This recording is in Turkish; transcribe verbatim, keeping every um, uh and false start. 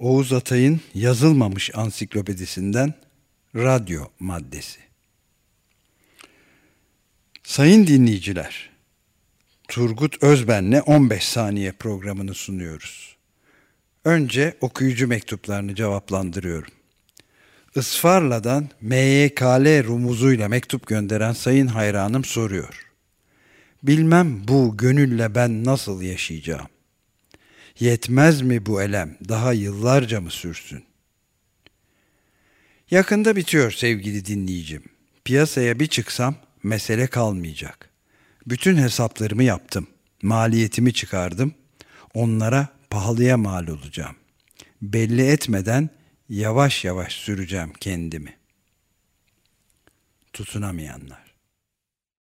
Oğuz Atay'ın yazılmamış ansiklopedisinden radyo maddesi. Sayın dinleyiciler, Turgut Özben'le on beş saniye programını sunuyoruz. Önce okuyucu mektuplarını cevaplandırıyorum. Isfarla'dan M Y K L rumuzuyla mektup gönderen sayın hayranım soruyor. Bilmem bu gönülle ben nasıl yaşayacağım? Yetmez mi bu elem, daha yıllarca mı sürsün? Yakında bitiyor sevgili dinleyicim. Piyasaya bir çıksam mesele kalmayacak. Bütün hesaplarımı yaptım. Maliyetimi çıkardım. Onlara pahalıya mal olacağım. Belli etmeden yavaş yavaş süreceğim kendimi. Tutunamayanlar.